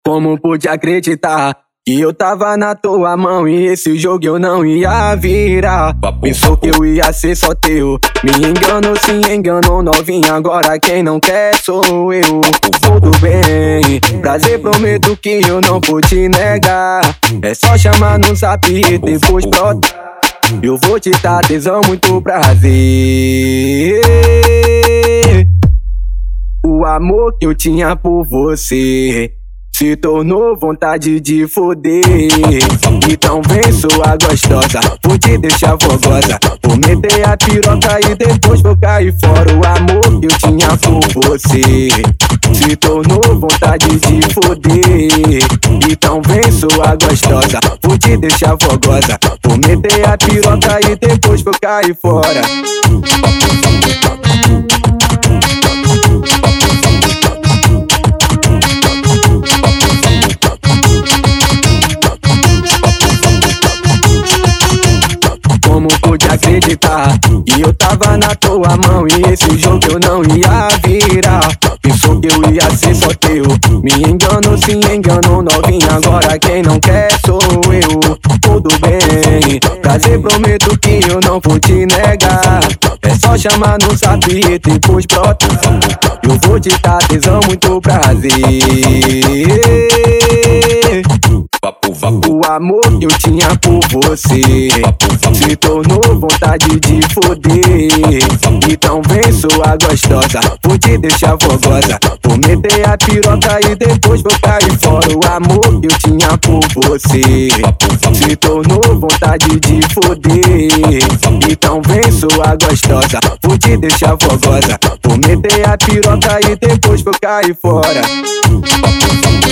Como pude acreditar que eu tava na tua mão e esse jogo eu não ia virar? Pensou que eu ia ser só teu, me enganou, se enganou novinha, agora quem não quer sou eu. Tudo bem, prazer prometo que eu não vou te negar. É só chamar no zap e depois brota, eu vou te dar tesão, muito prazer. O amor que eu tinha por você se tornou vontade de foder. Então vem, sua gostosa, vou te deixar fogosa, vou meter a piroca e depois vou cair fora. O amor que eu tinha por você se tornou vontade de foder. Então vem, sua gostosa, vou te deixar fogosa, vou meter a piroca e depois vou cair fora. Como pude acreditar que eu tava na tua mão e esse jogo eu não ia virar? Pensou que eu ia ser só teu, me enganou, se enganou novinha, agora quem não quer sou eu. Tudo bem, prazer prometo que eu não vou te negar. É só chamar no zap e depois brota, eu vou te dar tesão, muito prazer. O amor que eu tinha por você se tornou vontade de foder. Então vem, sua gostosa, vou te deixar fogosa, vou meter a piroca e depois vou cair fora. O amor que eu tinha por você se tornou vontade de foder. Então vem, sua gostosa, vou te deixar fogosa, vou meter a piroca e depois vou cair fora.